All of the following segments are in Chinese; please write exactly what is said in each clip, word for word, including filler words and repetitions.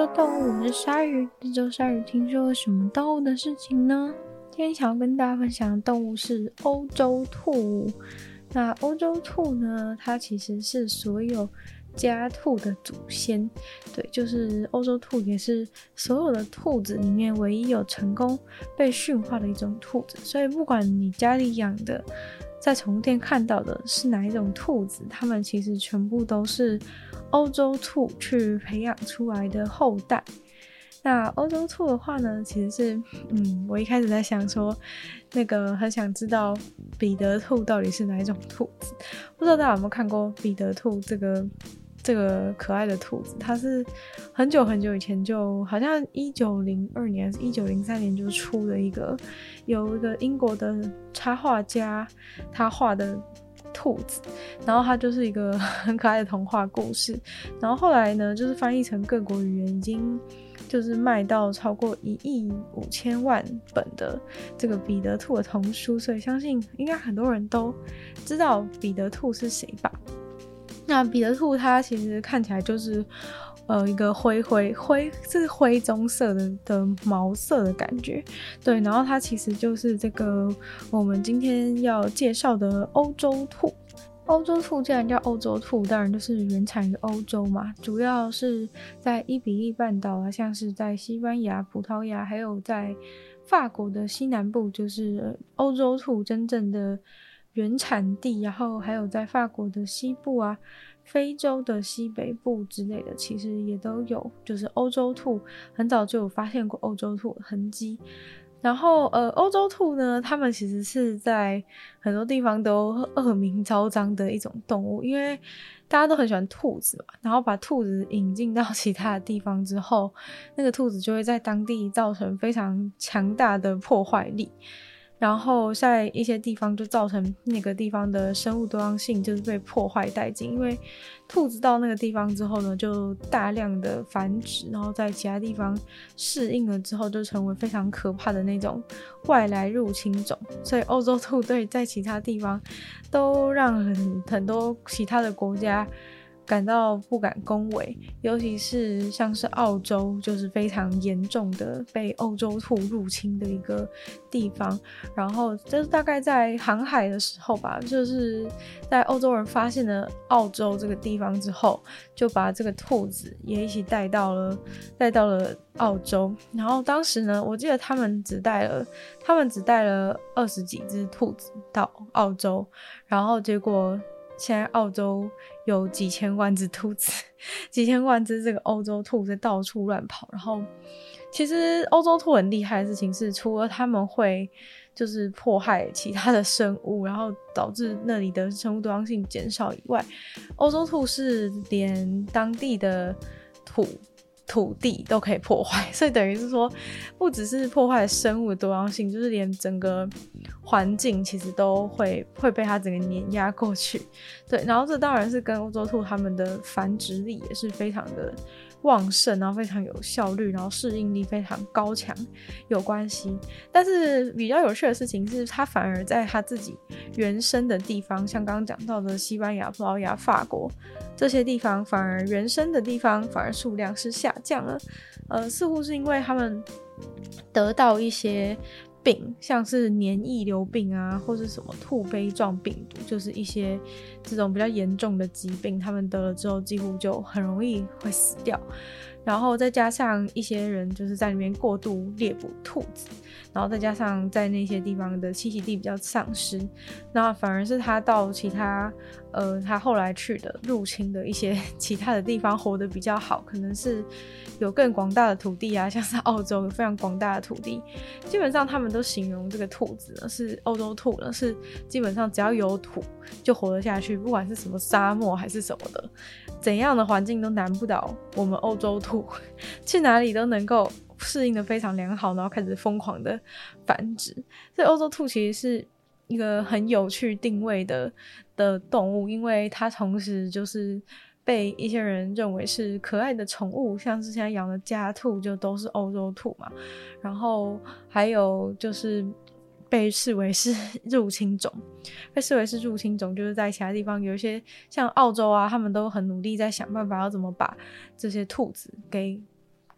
说动物，我是鲨鱼。这周鲨鱼听说了什么动物的事情呢？今天想要跟大家分享的动物是欧洲兔。那欧洲兔呢，它其实是所有家兔的祖先，对，就是欧洲兔也是所有的兔子里面唯一有成功被驯化的一种兔子。所以不管你家里养的，在宠物店看到的是哪一种兔子，它们其实全部都是欧洲兔去培养出来的后代。那欧洲兔的话呢，其实是嗯，我一开始在想说那个很想知道彼得兔到底是哪一种兔子。不知道大家有没有看过彼得兔这个这个可爱的兔子，它是很久很久以前就好像一九零二年还是一九零三年就出的一个，有一个英国的插画家他画的兔子，然后它就是一个很可爱的童话故事。然后后来呢，就是翻译成各国语言，已经就是卖到超过一亿五千万本的这个彼得兔的童书，所以相信应该很多人都知道彼得兔是谁吧。那彼得兔它其实看起来就是呃一个灰灰灰是灰棕色的的毛色的感觉，对，然后它其实就是这个我们今天要介绍的欧洲兔。欧洲兔既然叫欧洲兔，当然就是原产于欧洲嘛，主要是在伊比利半岛啊，像是在西班牙、葡萄牙，还有在法国的西南部，就是欧洲兔真正的原产地，然后还有在法国的西部啊、非洲的西北部之类的，其实也都有，就是欧洲兔很早就有发现过欧洲兔的痕迹。然后呃，欧洲兔呢，它们其实是在很多地方都恶名昭彰的一种动物，因为大家都很喜欢兔子嘛，然后把兔子引进到其他的地方之后，那个兔子就会在当地造成非常强大的破坏力，然后在一些地方就造成那个地方的生物多样性就是被破坏殆尽，因为兔子到那个地方之后呢，就大量的繁殖，然后在其他地方适应了之后，就成为非常可怕的那种外来入侵种，所以欧洲兔对在其他地方都让很很多其他的国家感到不敢恭维，尤其是像是澳洲，就是非常严重的被欧洲兔入侵的一个地方。然后就是大概在航海的时候吧，就是在欧洲人发现了澳洲这个地方之后，就把这个兔子也一起带到了带到了澳洲。然后当时呢，我记得他们只带了他们只带了二十几只兔子到澳洲，然后结果现在澳洲有几千万只兔子，几千万只这个欧洲兔在到处乱跑。然后其实欧洲兔很厉害的事情是，除了他们会就是迫害其他的生物，然后导致那里的生物多样性减少以外，欧洲兔是连当地的土土地都可以破坏，所以等于是说不只是破坏生物的多样性，就是连整个环境其实都会会被它整个碾压过去。对，然后这当然是跟欧洲兔它们的繁殖力也是非常的旺盛，然后非常有效率，然后适应力非常高强有关系。但是比较有趣的事情是，它反而在它自己原生的地方，像刚刚讲到的西班牙、葡萄牙、法国这些地方，反而原生的地方反而数量是下降了。呃，似乎是因为他们得到一些病，像是黏液瘤病啊，或是什么兔杯状病毒，就是一些这种比较严重的疾病，他们得了之后几乎就很容易会死掉。然后再加上一些人就是在里面过度猎捕兔子，然后再加上在那些地方的栖息地比较丧失，那反而是他到其他呃他后来去的入侵的一些其他的地方活得比较好，可能是有更广大的土地啊，像是澳洲有非常广大的土地，基本上他们都形容这个兔子呢，是欧洲兔呢，是基本上只要有土就活得下去，不管是什么沙漠还是什么的，怎样的环境都难不倒我们欧洲兔，去哪里都能够适应的非常良好，然后开始疯狂的繁殖。所以欧洲兔其实是一个很有趣定位的的动物，因为它同时就是被一些人认为是可爱的宠物，像是现在养的家兔就都是欧洲兔嘛，然后还有就是被视为是入侵种，被视为是入侵种，就是在其他地方有一些像澳洲啊，他们都很努力在想办法要怎么把这些兔子给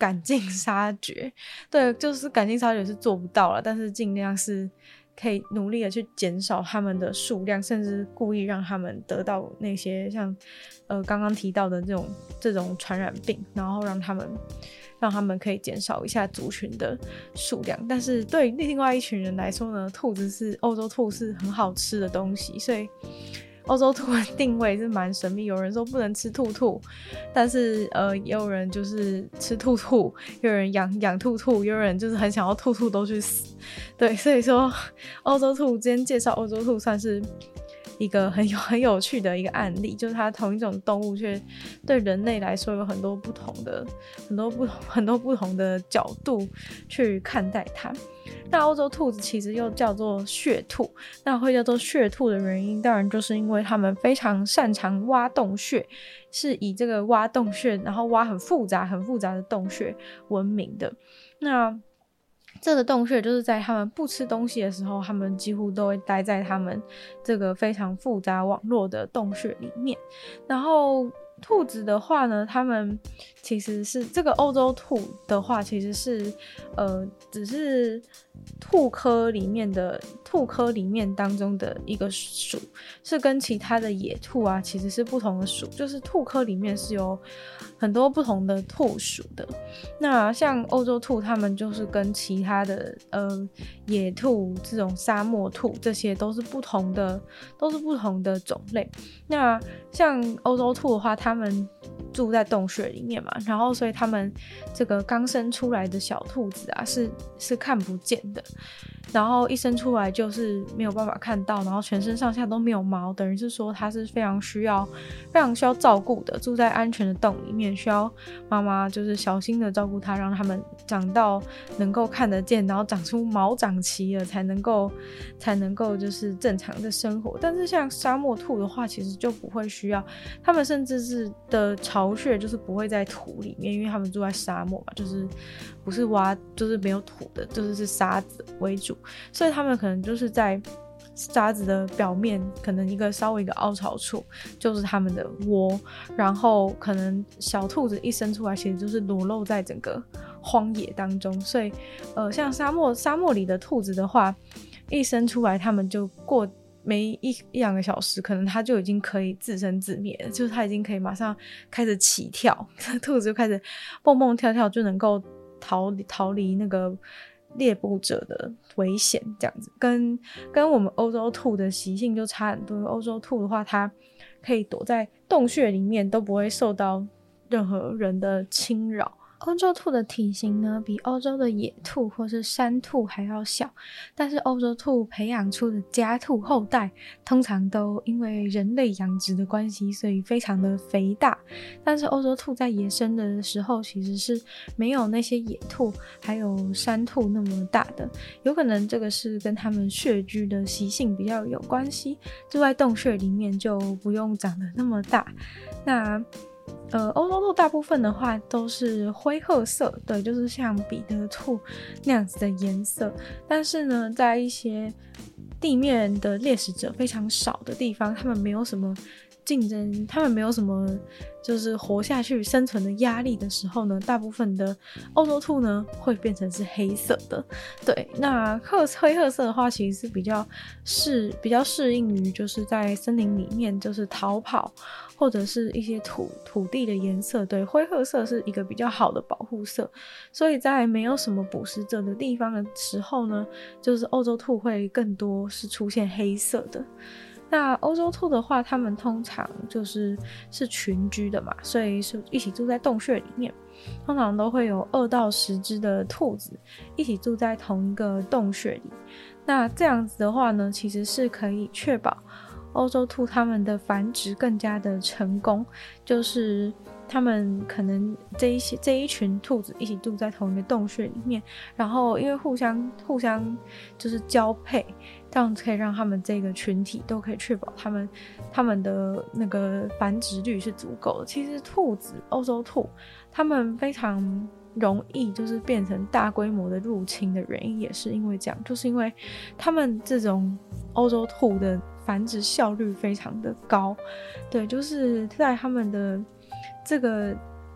赶尽杀绝。对，就是赶尽杀绝是做不到了，但是尽量是可以努力的去减少他们的数量，甚至故意让他们得到那些像呃刚刚提到的这种这种传染病，然后让他们让他们可以减少一下族群的数量。但是对另外一群人来说呢，兔子是欧洲兔是很好吃的东西，所以欧洲兔的定位是蛮神秘。有人说不能吃兔兔，但是呃也有人就是吃兔兔，也有人养养兔兔，也有人就是很想要兔兔都去死。对，所以说欧洲兔今天介绍欧洲兔算是一个很有很有趣的一个案例，就是它同一种动物却对人类来说有很多不同的很多不同很多不同的角度去看待它。那欧洲兔子其实又叫做穴兔，那会叫做穴兔的原因当然就是因为他们非常擅长挖洞穴，是以这个挖洞穴然后挖很复杂很复杂的洞穴闻名的。那这个洞穴就是在他们不吃东西的时候，他们几乎都会待在他们这个非常复杂网络的洞穴里面。然后兔子的话呢，他们其实是这个欧洲兔的话其实是呃只是兔科里面的兔科里面当中的一个属，是跟其他的野兔啊其实是不同的属，就是兔科里面是有很多不同的兔属的。那像欧洲兔他们就是跟其他的呃野兔这种沙漠兔这些都是不同的都是不同的种类。那像欧洲兔的话，他们住在洞穴里面嘛，然后所以他们这个刚生出来的小兔子啊是是看不见的，然后一生出来就是没有办法看到，然后全身上下都没有毛，等于是说它是非常需要非常需要照顾的，住在安全的洞里面，需要妈妈就是小心的照顾它，让它们长到能够看得见，然后长出毛长齐了才能够才能够就是正常的生活。但是像沙漠兔的话其实就不会需要，它们甚至是的巢穴就是不会在土里面，因为它们住在沙漠嘛，就是不是挖就是没有土的，就是是沙子为主，所以他们可能就是在沙子的表面可能一个稍微一个凹槽处就是他们的窝，然后可能小兔子一生出来其实就是裸露在整个荒野当中。所以呃，像沙漠沙漠里的兔子的话，一生出来他们就过没一一两个小时可能它就已经可以自生自灭了，就是它已经可以马上开始起跳兔子就开始蹦蹦跳跳就能够逃逃离那个猎捕者的危险，这样子跟跟我们欧洲兔的习性就差很多。欧洲兔的话它可以躲在洞穴里面都不会受到任何人的侵扰。欧洲兔的体型呢比欧洲的野兔或是山兔还要小，但是欧洲兔培养出的家兔后代通常都因为人类养殖的关系所以非常的肥大，但是欧洲兔在野生的时候其实是没有那些野兔还有山兔那么大的，有可能这个是跟他们穴居的习性比较有关系，住在洞穴里面就不用长得那么大。那呃，欧洲兔大部分的话都是灰褐色，对，就是像彼得兔那样子的颜色。但是呢，在一些地面的猎食者非常少的地方，他们没有什么竞争，他们没有什么就是活下去生存的压力的时候呢，大部分的欧洲兔呢会变成是黑色的。对，那褐灰褐色的话其实是比较适比较适应于就是在森林里面就是逃跑或者是一些土土地的颜色。对，灰褐色是一个比较好的保护色，所以在没有什么捕食者的地方的时候呢，就是欧洲兔会更多是出现黑色的。那欧洲兔的话，它们通常就是是群居的嘛，所以是一起住在洞穴里面，通常都会有二到十只的兔子一起住在同一个洞穴里。那这样子的话呢，其实是可以确保欧洲兔它们的繁殖更加的成功，就是他们可能这一些这一群兔子一起住在同一个洞穴里面，然后因为互相互相就是交配，这样可以让他们这个群体都可以确保他们他们的那个繁殖率是足够的。其实兔子欧洲兔他们非常容易就是变成大规模的入侵的原因也是因为这样，就是因为他们这种欧洲兔的繁殖效率非常的高。对，就是在他们的这个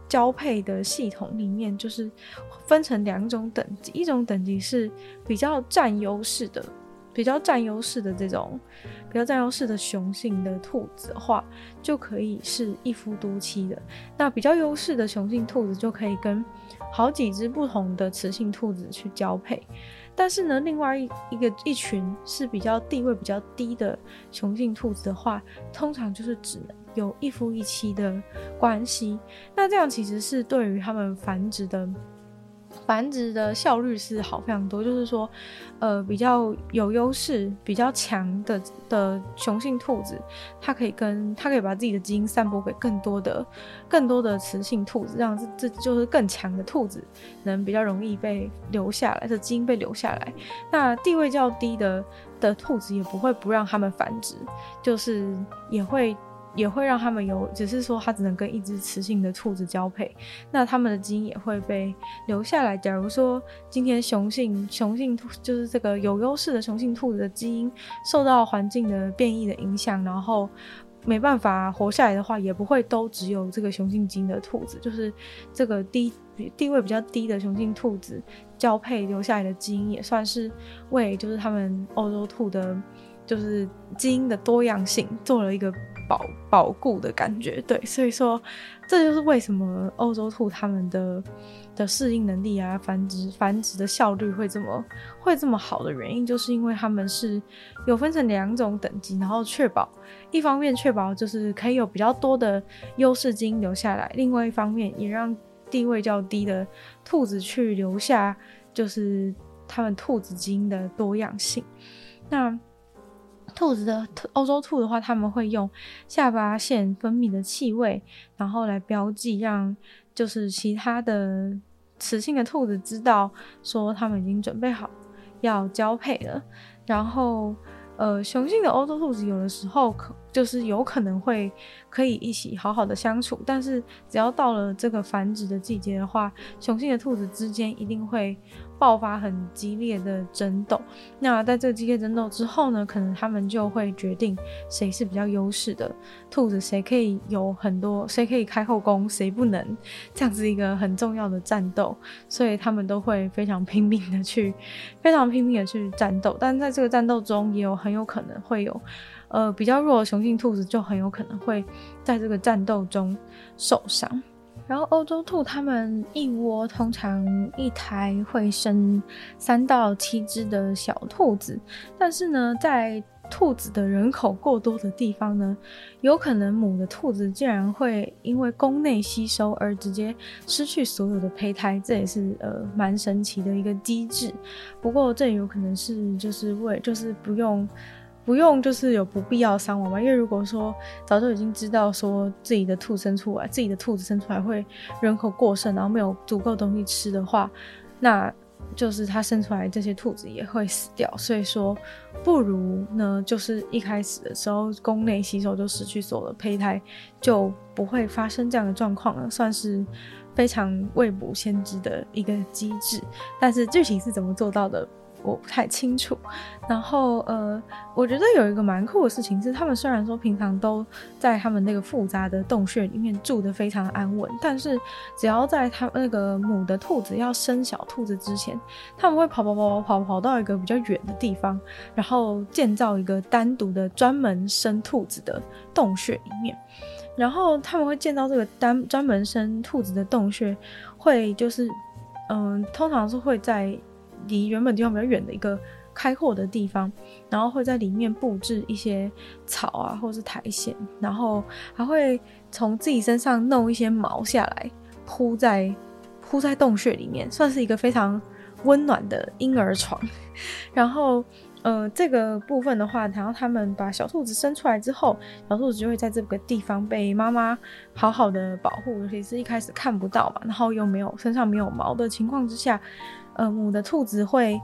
交配的系统里面，就是分成两种等级，一种等级是比较占优势的比较占优势的这种比较占优势的雄性的兔子的话，就可以是一夫多妻的。那比较优势的雄性兔子就可以跟好几只不同的雌性兔子去交配。但是呢，另外 一, 一个一群是比较地位比较低的雄性兔子的话，通常就是只能有一夫一妻的关系。那这样其实是对于他们繁殖的繁殖的效率是好非常多，就是说，呃，比较有优势、比较强的的雄性兔子，它可以跟它可以把自己的基因散播给更多的、更多的雌性兔子，让这这就是更强的兔子能比较容易被留下来，的基因被留下来。那地位较低的的兔子也不会不让它们繁殖，就是也会。也会让他们有，只是说它只能跟一只雌性的兔子交配，那他们的基因也会被留下来。假如说今天雄性雄性兔就是这个有优势的雄性兔子的基因受到环境的变异的影响，然后没办法活下来的话，也不会都只有这个雄性基因的兔子，就是这个低地位比较低的雄性兔子交配留下来的基因，也算是为就是他们欧洲兔的就是基因的多样性做了一个保保固的感觉。对，所以说这就是为什么欧洲兔他们的的适应能力啊，繁殖繁殖的效率会这么会这么好的原因，就是因为他们是有分成两种等级，然后确保一方面确保就是可以有比较多的优势基因留下来，另外一方面也让地位较低的兔子去留下就是他们兔子基因的多样性。那兔子的欧洲兔的话，他们会用下巴腺分泌的气味，然后来标记，让就是其他的雌性的兔子知道说他们已经准备好要交配了。然后呃，雄性的欧洲兔子有的时候可就是有可能会可以一起好好的相处，但是只要到了这个繁殖的季节的话，雄性的兔子之间一定会爆发很激烈的争斗。那在这个激烈争斗之后呢，可能他们就会决定谁是比较优势的兔子，谁可以有很多，谁可以开后宫，谁不能，这样子一个很重要的战斗。所以他们都会非常拼命的去非常拼命的去战斗，但在这个战斗中也有很有可能会有呃比较弱的雄性兔子就很有可能会在这个战斗中受伤。然后欧洲兔它们一窝通常一胎会生三到七只的小兔子，但是呢，在兔子的人口过多的地方呢，有可能母的兔子竟然会因为宫内吸收而直接失去所有的胚胎，这也是呃蛮神奇的一个机制。不过这也有可能是就是为就是不用不用就是有不必要的伤亡吧，因为如果说早就已经知道说自己的兔生出来自己的兔子生出来会人口过剩，然后没有足够东西吃的话，那就是它生出来这些兔子也会死掉。所以说不如呢就是一开始的时候宫内吸收就失去所有的胚胎，就不会发生这样的状况了，算是非常未卜先知的一个机制。但是具体是怎么做到的我不太清楚。然后呃，我觉得有一个蛮酷的事情是，他们虽然说平常都在他们那个复杂的洞穴里面住得非常安稳，但是只要在他那个母的兔子要生小兔子之前，他们会跑跑跑跑跑到一个比较远的地方，然后建造一个单独的专门生兔子的洞穴里面。然后他们会建造这个单专门生兔子的洞穴，会就是嗯，通常是会在离原本地方比较远的一个开阔的地方，然后会在里面布置一些草啊或是苔藓，然后还会从自己身上弄一些毛下来铺在铺在洞穴里面，算是一个非常温暖的婴儿床。然后呃，这个部分的话，然后他们把小兔子生出来之后，小兔子就会在这个地方被妈妈好好的保护，尤其是一开始看不到嘛，然后又没有身上没有毛的情况之下，呃，母的兔子会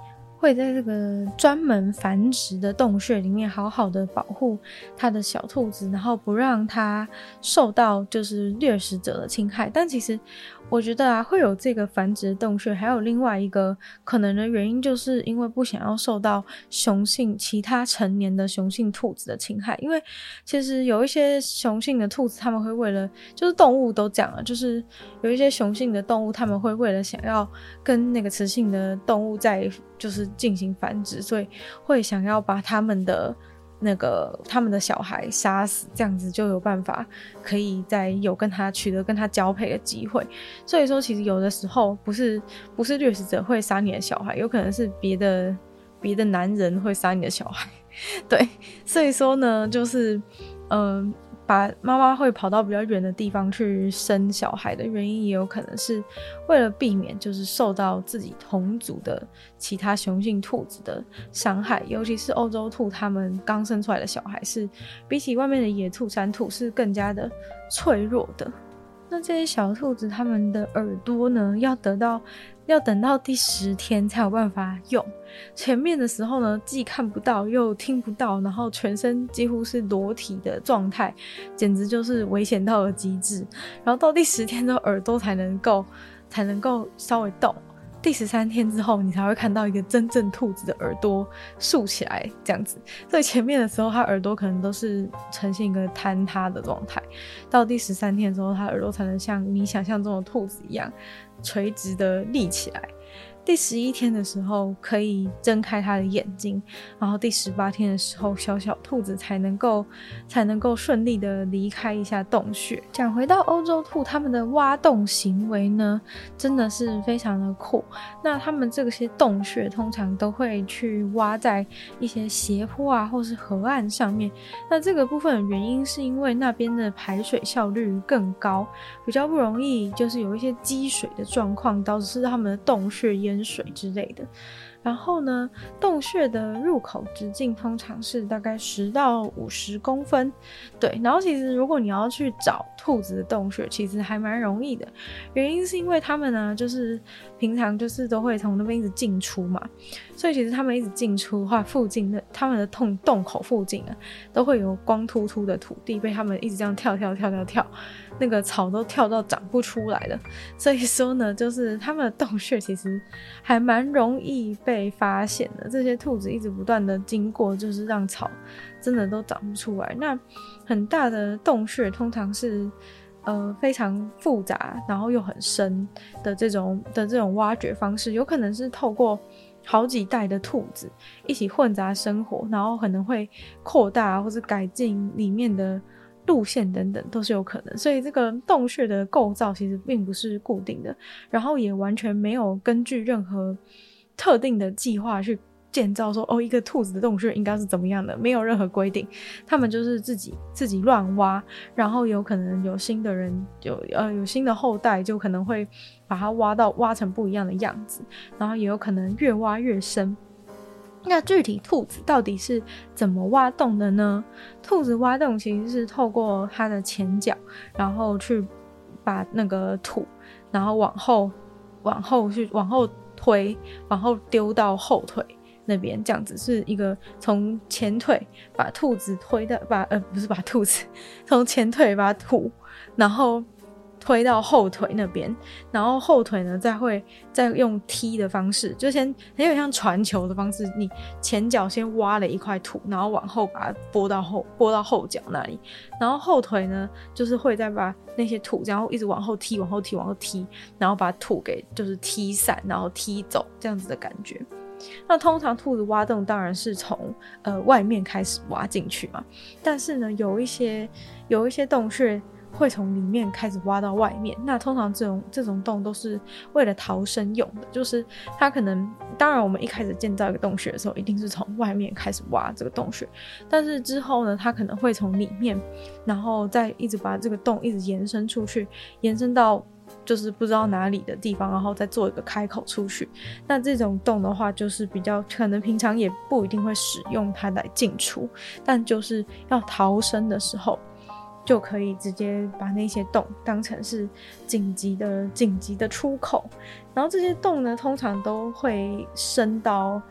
会在这个专门繁殖的洞穴里面好好的保护它的小兔子，然后不让它受到就是掠食者的侵害。但其实我觉得啊，会有这个繁殖的洞穴还有另外一个可能的原因，就是因为不想要受到雄性其他成年的雄性兔子的侵害。因为其实有一些雄性的兔子他们会为了，就是动物都讲了，就是有一些雄性的动物他们会为了想要跟那个雌性的动物在就是进行繁殖，所以会想要把他们的那个他们的小孩杀死，这样子就有办法可以再有跟他取得跟他交配的机会。所以说其实有的时候不是不是掠食者会杀你的小孩，有可能是别的别的男人会杀你的小孩。对，所以说呢就是嗯、呃把妈妈会跑到比较远的地方去生小孩的原因，也有可能是为了避免就是受到自己同族的其他雄性兔子的伤害，尤其是欧洲兔，它们刚生出来的小孩是比起外面的野兔、山兔是更加的脆弱的。那这些小兔子它们的耳朵呢，要得到要等到第十天才有办法用。前面的时候呢，既看不到又听不到，然后全身几乎是裸体的状态，简直就是危险到了极致。然后到第十天之后，耳朵才能够才能够稍微动。第十三天之后，你才会看到一个真正兔子的耳朵竖起来这样子。所以前面的时候，它耳朵可能都是呈现一个坍塌的状态。到第十三天的时候，它耳朵才能像你想象中的兔子一样垂直的立起来。第十一天的时候可以睁开它的眼睛，然后第十八天的时候小小兔子才能够才能够顺利的离开一下洞穴。讲回到欧洲兔，它们的挖洞行为呢真的是非常的酷。那它们这些洞穴通常都会去挖在一些斜坡啊或是河岸上面，那这个部分的原因是因为那边的排水效率更高，比较不容易就是有一些积水的状况导致它们的洞穴淹水之类的。然后呢，洞穴的入口直径通常是大概十到五十公分。对，然后其实如果你要去找兔子的洞穴，其实还蛮容易的。原因是因为他们呢，就是平常就是都会从那边一直进出嘛，所以其实他们一直进出的话，附近的他们的洞洞口附近啊，都会有光秃秃的土地被他们一直这样跳跳跳跳跳，那个草都跳到长不出来了。所以说呢，就是他们的洞穴其实还蛮容易被被发现的。这些兔子一直不断的经过，就是让草真的都长不出来。那很大的洞穴通常是呃非常复杂然后又很深的这种的这种挖掘方式，有可能是透过好几代的兔子一起混杂生活，然后可能会扩大或是改进里面的路线等等都是有可能。所以这个洞穴的构造其实并不是固定的，然后也完全没有根据任何特定的计划去建造说哦，一个兔子的洞穴应该是怎么样的，没有任何规定，他们就是自己自己乱挖，然后有可能有新的人有呃有新的后代就可能会把它挖到挖成不一样的样子，然后也有可能越挖越深。那具体兔子到底是怎么挖洞的呢？兔子挖洞其实是透过它的前脚，然后去把那个土然后往后往后去往后推，往后丢到后腿那边，这样子是一个从前腿把兔子推到把呃不是把兔子从前腿把土然后推到后腿那边，然后后腿呢再会再用踢的方式，就先很有点像传球的方式，你前脚先挖了一块土，然后往后把它拨到后拨到后脚那里，然后后腿呢就是会再把那些土然后一直往后踢往后踢往后踢，然后把土给就是踢散然后踢走，这样子的感觉。那通常兔子挖洞当然是从呃外面开始挖进去嘛，但是呢有一些有一些洞穴会从里面开始挖到外面，那通常这种这种洞都是为了逃生用的，就是它可能当然我们一开始建造一个洞穴的时候一定是从外面开始挖这个洞穴，但是之后呢它可能会从里面然后再一直把这个洞一直延伸出去，延伸到就是不知道哪里的地方，然后再做一个开口出去。那这种洞的话就是比较可能平常也不一定会使用它来进出，但就是要逃生的时候就可以直接把那些洞当成是紧急的紧急的出口。然后这些洞呢通常都会深到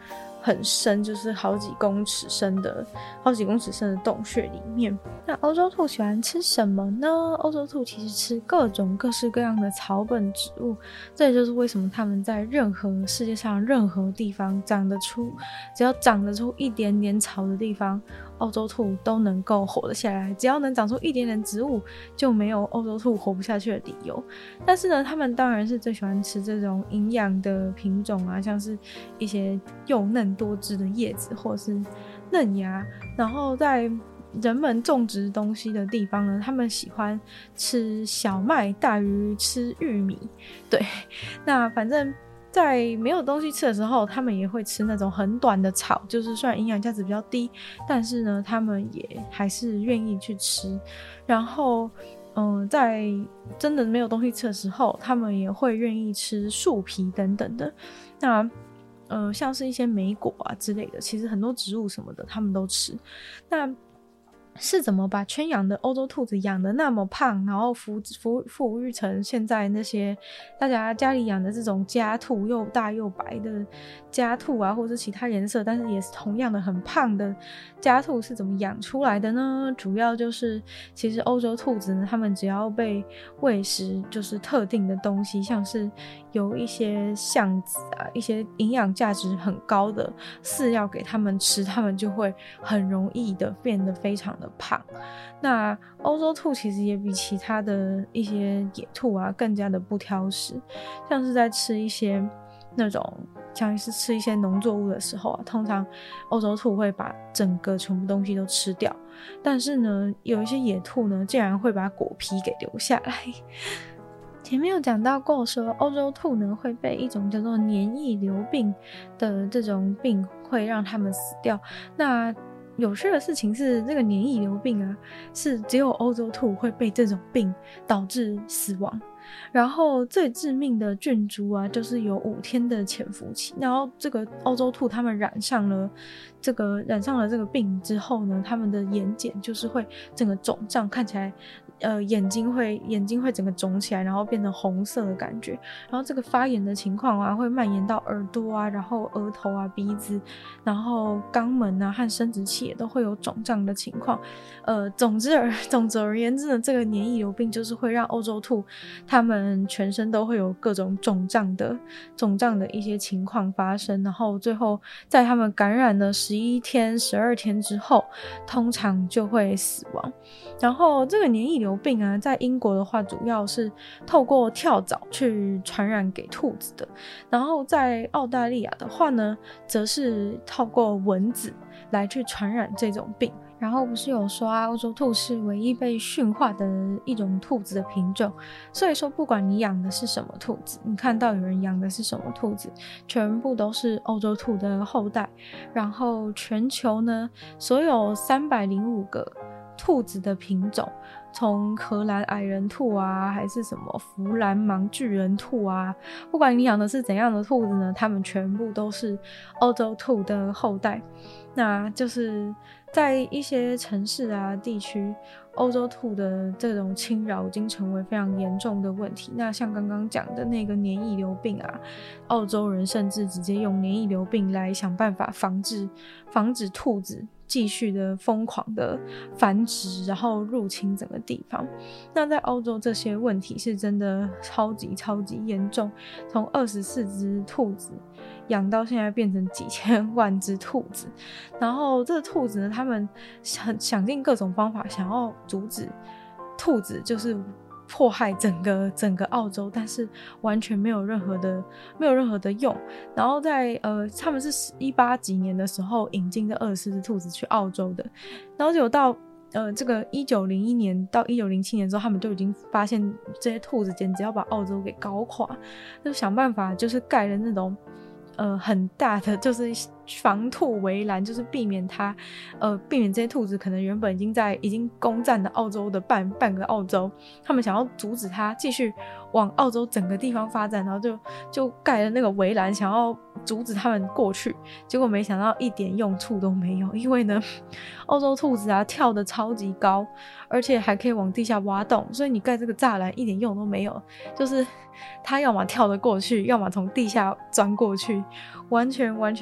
很深，就是好几公尺深的好几公尺深的洞穴里面。那欧洲兔喜欢吃什么呢？欧洲兔其实吃各种各式各样的草本植物，这也就是为什么它们在任何世界上任何地方长得出，只要长得出一点点草的地方，欧洲兔都能够活得下来。只要能长出一点点植物，就没有欧洲兔活不下去的理由。但是呢，它们当然是最喜欢吃这种营养的品种啊，像是一些幼嫩多汁的叶子或是嫩芽。然后在人们种植东西的地方呢，他们喜欢吃小麦大于吃玉米。对，那反正在没有东西吃的时候，他们也会吃那种很短的草，就是虽然营养价值比较低，但是呢他们也还是愿意去吃。然后嗯、呃，在真的没有东西吃的时候，他们也会愿意吃树皮等等的。那呃，像是一些莓果啊之类的，其实很多植物什么的他们都吃。那是怎么把圈养的欧洲兔子养的那么胖，然后抚抚抚育成现在那些大家家里养的这种家兔，又大又白的家兔啊，或者是其他颜色但是也是同样的很胖的家兔是怎么养出来的呢？主要就是其实欧洲兔子呢，它们只要被喂食就是特定的东西，像是有一些橡子啊，一些营养价值很高的饲料给它们吃，它们就会很容易的变得非常的胖。那欧洲兔其实也比其他的一些野兔啊更加的不挑食，像是在吃一些那种像是吃一些农作物的时候啊，通常欧洲兔会把整个全部东西都吃掉，但是呢有一些野兔呢竟然会把果皮给留下来。前面有讲到过说欧洲兔呢会被一种叫做黏液瘤病的这种病会让它们死掉。那有趣的事情是，这个黏液瘤病啊，是只有欧洲兔会被这种病导致死亡。然后最致命的菌株啊，就是有五天的潜伏期。然后这个欧洲兔它们染上了这个染上了这个病之后呢，它们的眼睑就是会整个肿胀，看起来呃眼睛会眼睛会整个肿起来，然后变成红色的感觉。然后这个发炎的情况啊，会蔓延到耳朵啊，然后额头啊、鼻子，然后肛门啊和生殖器也都会有肿胀的情况。呃，总之而总之而言之呢，这个黏液瘤病就是会让欧洲兔它们全身都会有各种肿胀的肿胀的一些情况发生，然后最后在它们感染了十一天、十二天之后，通常就会死亡。然后这个黏液瘤病啊，在英国的话，主要是透过跳蚤去传染给兔子的，然后在澳大利亚的话呢，则是透过蚊子来去传染这种病。然后不是有说啊，欧洲兔是唯一被驯化的一种兔子的品种，所以说不管你养的是什么兔子，你看到有人养的是什么兔子，全部都是欧洲兔的后代。然后全球呢，所有三百零五个兔子的品种，从荷兰矮人兔啊，还是什么弗兰芒巨人兔啊，不管你养的是怎样的兔子呢，它们全部都是欧洲兔的后代。那就是在一些城市啊地区，欧洲兔的这种侵扰已经成为非常严重的问题。那像刚刚讲的那个黏液瘤病啊，澳洲人甚至直接用黏液瘤病来想办法防治防止兔子继续的疯狂的繁殖，然后入侵整个地方。那在欧洲这些问题是真的超级超级严重，从二十四只兔子养到现在变成几千万只兔子。然后这个兔子呢，他们想想尽各种方法想要阻止兔子就是迫害整个整个澳洲，但是完全没有任何的没有任何的用。然后在呃他们是一八几年的时候引进这二十四只兔子去澳洲的，然后就到呃这个一九零一年到一九零七年之后，他们就已经发现这些兔子简直要把澳洲给搞垮，就想办法就是盖了那种呃很大的就是防兔围栏，就是避免它呃避免这些兔子可能原本已经在已经攻占了澳洲的半半个澳洲，他们想要阻止它继续往澳洲整个地方发展，然后就就盖了那个围栏，想要阻止他们过去。结果没想到一点用处都没有，因为呢欧洲兔子啊跳得超级高，而且还可以往地下挖洞，所以你盖这个栅栏一点用都没有，就是它要么跳得过去，要么从地下钻过去，完全完全没有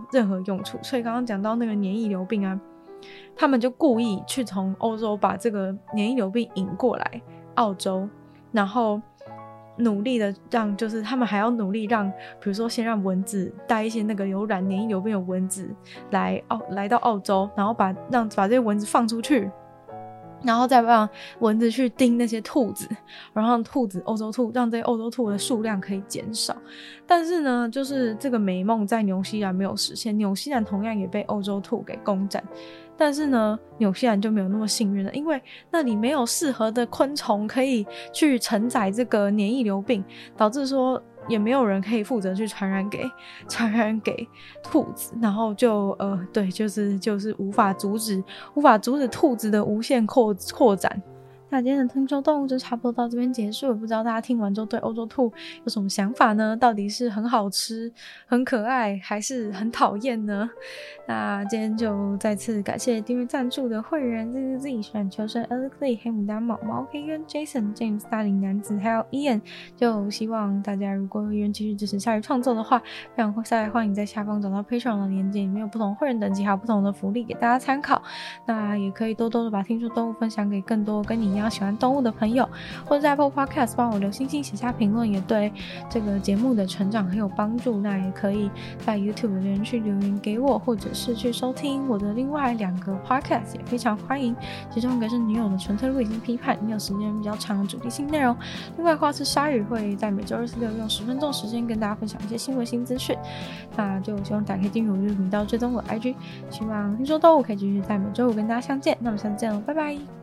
任何用处。所以刚刚讲到那个黏液瘤病啊，他们就故意去从欧洲把这个黏液瘤病引过来澳洲，然后努力的让，就是他们还要努力让，比如说先让蚊子带一些那个有染黏液瘤病的蚊子来澳来到澳洲，然后把让把这些蚊子放出去，然后再让蚊子去叮那些兔子，然后让兔子欧洲兔让这些欧洲兔的数量可以减少。但是呢，就是这个美梦在纽西兰没有实现，纽西兰同样也被欧洲兔给攻占。但是呢，纽西兰就没有那么幸运了，因为那里没有适合的昆虫可以去承载这个黏液瘤病，导致说也没有人可以负责去传染给传染给兔子，然后就呃对，就是就是无法阻止无法阻止兔子的无限扩扩展。那今天的听说动物就差不多到这边结束，也不知道大家听完之后对欧洲兔有什么想法呢？到底是很好吃很可爱还是很讨厌呢？那今天就再次感谢订阅赞助的会员 Z Z Z 选求生 Alex 黑牡丹毛毛 K 跟 Jason James 大龄男子还有 Ian。 就希望大家如果有意愿继续支持鲨鱼创作的话，非常欢迎在下方找到 Patreon 的连结，里面有不同会员等级还有不同的福利给大家参考。那也可以多多的把听说动物分享给更多跟你一样喜欢动物的朋友，或者在 Apple Podcast 帮我留星星写下评论，也对这个节目的成长很有帮助。那也可以在 YouTube 的留言区留言给我，或者是去收听我的另外两个 Podcast 也非常欢迎。其中一个是女友的纯粹理性批判，女友时间比较长的主题性内容，另外的话是鲨鱼会在每周二四六用十分钟时间跟大家分享一些新闻新资讯。那就希望大家可以订阅我的频道，追踪我的 I G， 希望听说动物可以继续在每周五跟大家相见。那么下次见喽，拜拜。